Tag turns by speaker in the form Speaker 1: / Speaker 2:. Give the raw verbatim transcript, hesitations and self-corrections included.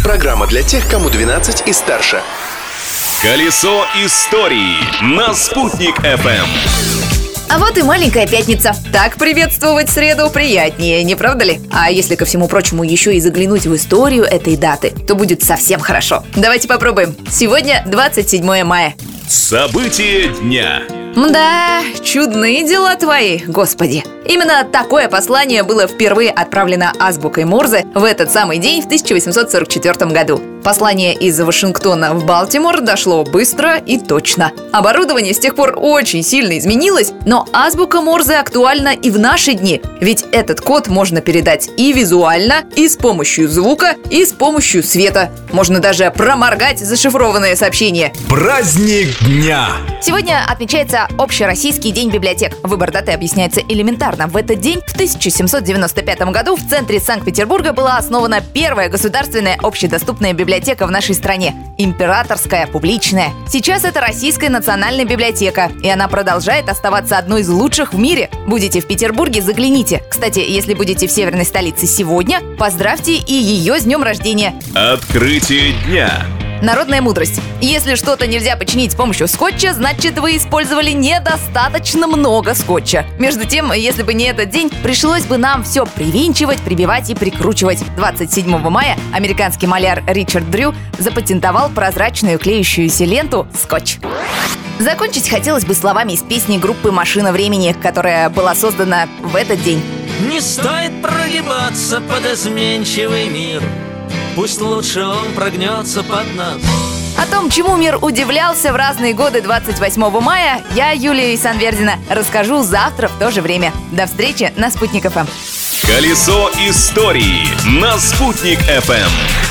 Speaker 1: Программа для тех, кому двенадцать и старше.
Speaker 2: Колесо истории на Спутник эф эм.
Speaker 3: А вот и маленькая пятница. Так приветствовать среду приятнее, не правда ли? А если ко всему прочему еще и заглянуть в историю этой даты, то будет совсем хорошо. Давайте попробуем. Сегодня двадцать седьмое мая.
Speaker 2: События дня.
Speaker 3: Мда, чудные дела твои, господи. Именно такое послание было впервые отправлено азбукой Морзе в этот самый день в тысяча восемьсот сорок четвёртом году. Послание из Вашингтона в Балтимор дошло быстро и точно. Оборудование с тех пор очень сильно изменилось, но азбука Морзе актуальна и в наши дни. Ведь этот код можно передать и визуально, и с помощью звука, и с помощью света. Можно даже проморгать зашифрованное сообщение.
Speaker 2: Праздник дня.
Speaker 3: Сегодня отмечается Общероссийский день библиотек. Выбор даты объясняется элементарно. В этот день, в тысяча семьсот девяносто пятом году, в центре Санкт-Петербурга была основана первая государственная общедоступная библиотека в нашей стране – Императорская публичная. Сейчас это Российская национальная библиотека, и она продолжает оставаться одной из лучших в мире. Будете в Петербурге – загляните. Кстати, если будете в северной столице сегодня, поздравьте и ее с днем рождения.
Speaker 2: Открытие дня.
Speaker 3: Народная мудрость. Если что-то нельзя починить с помощью скотча, значит, вы использовали недостаточно много скотча. Между тем, если бы не этот день, пришлось бы нам все привинчивать, прибивать и прикручивать. двадцать седьмого мая американский маляр Ричард Дрю запатентовал прозрачную клеющуюся ленту «Скотч». Закончить хотелось бы словами из песни группы «Машина времени», которая была создана в этот день.
Speaker 4: Не стоит прогибаться под изменчивый мир. Пусть лучше он прогнется под нас.
Speaker 3: О том, чему мир удивлялся в разные годы двадцать восьмого мая, я, Юлия Исанвердина, расскажу завтра в то же время. До встречи на Спутник эф эм.
Speaker 2: Колесо истории на Спутник эф эм.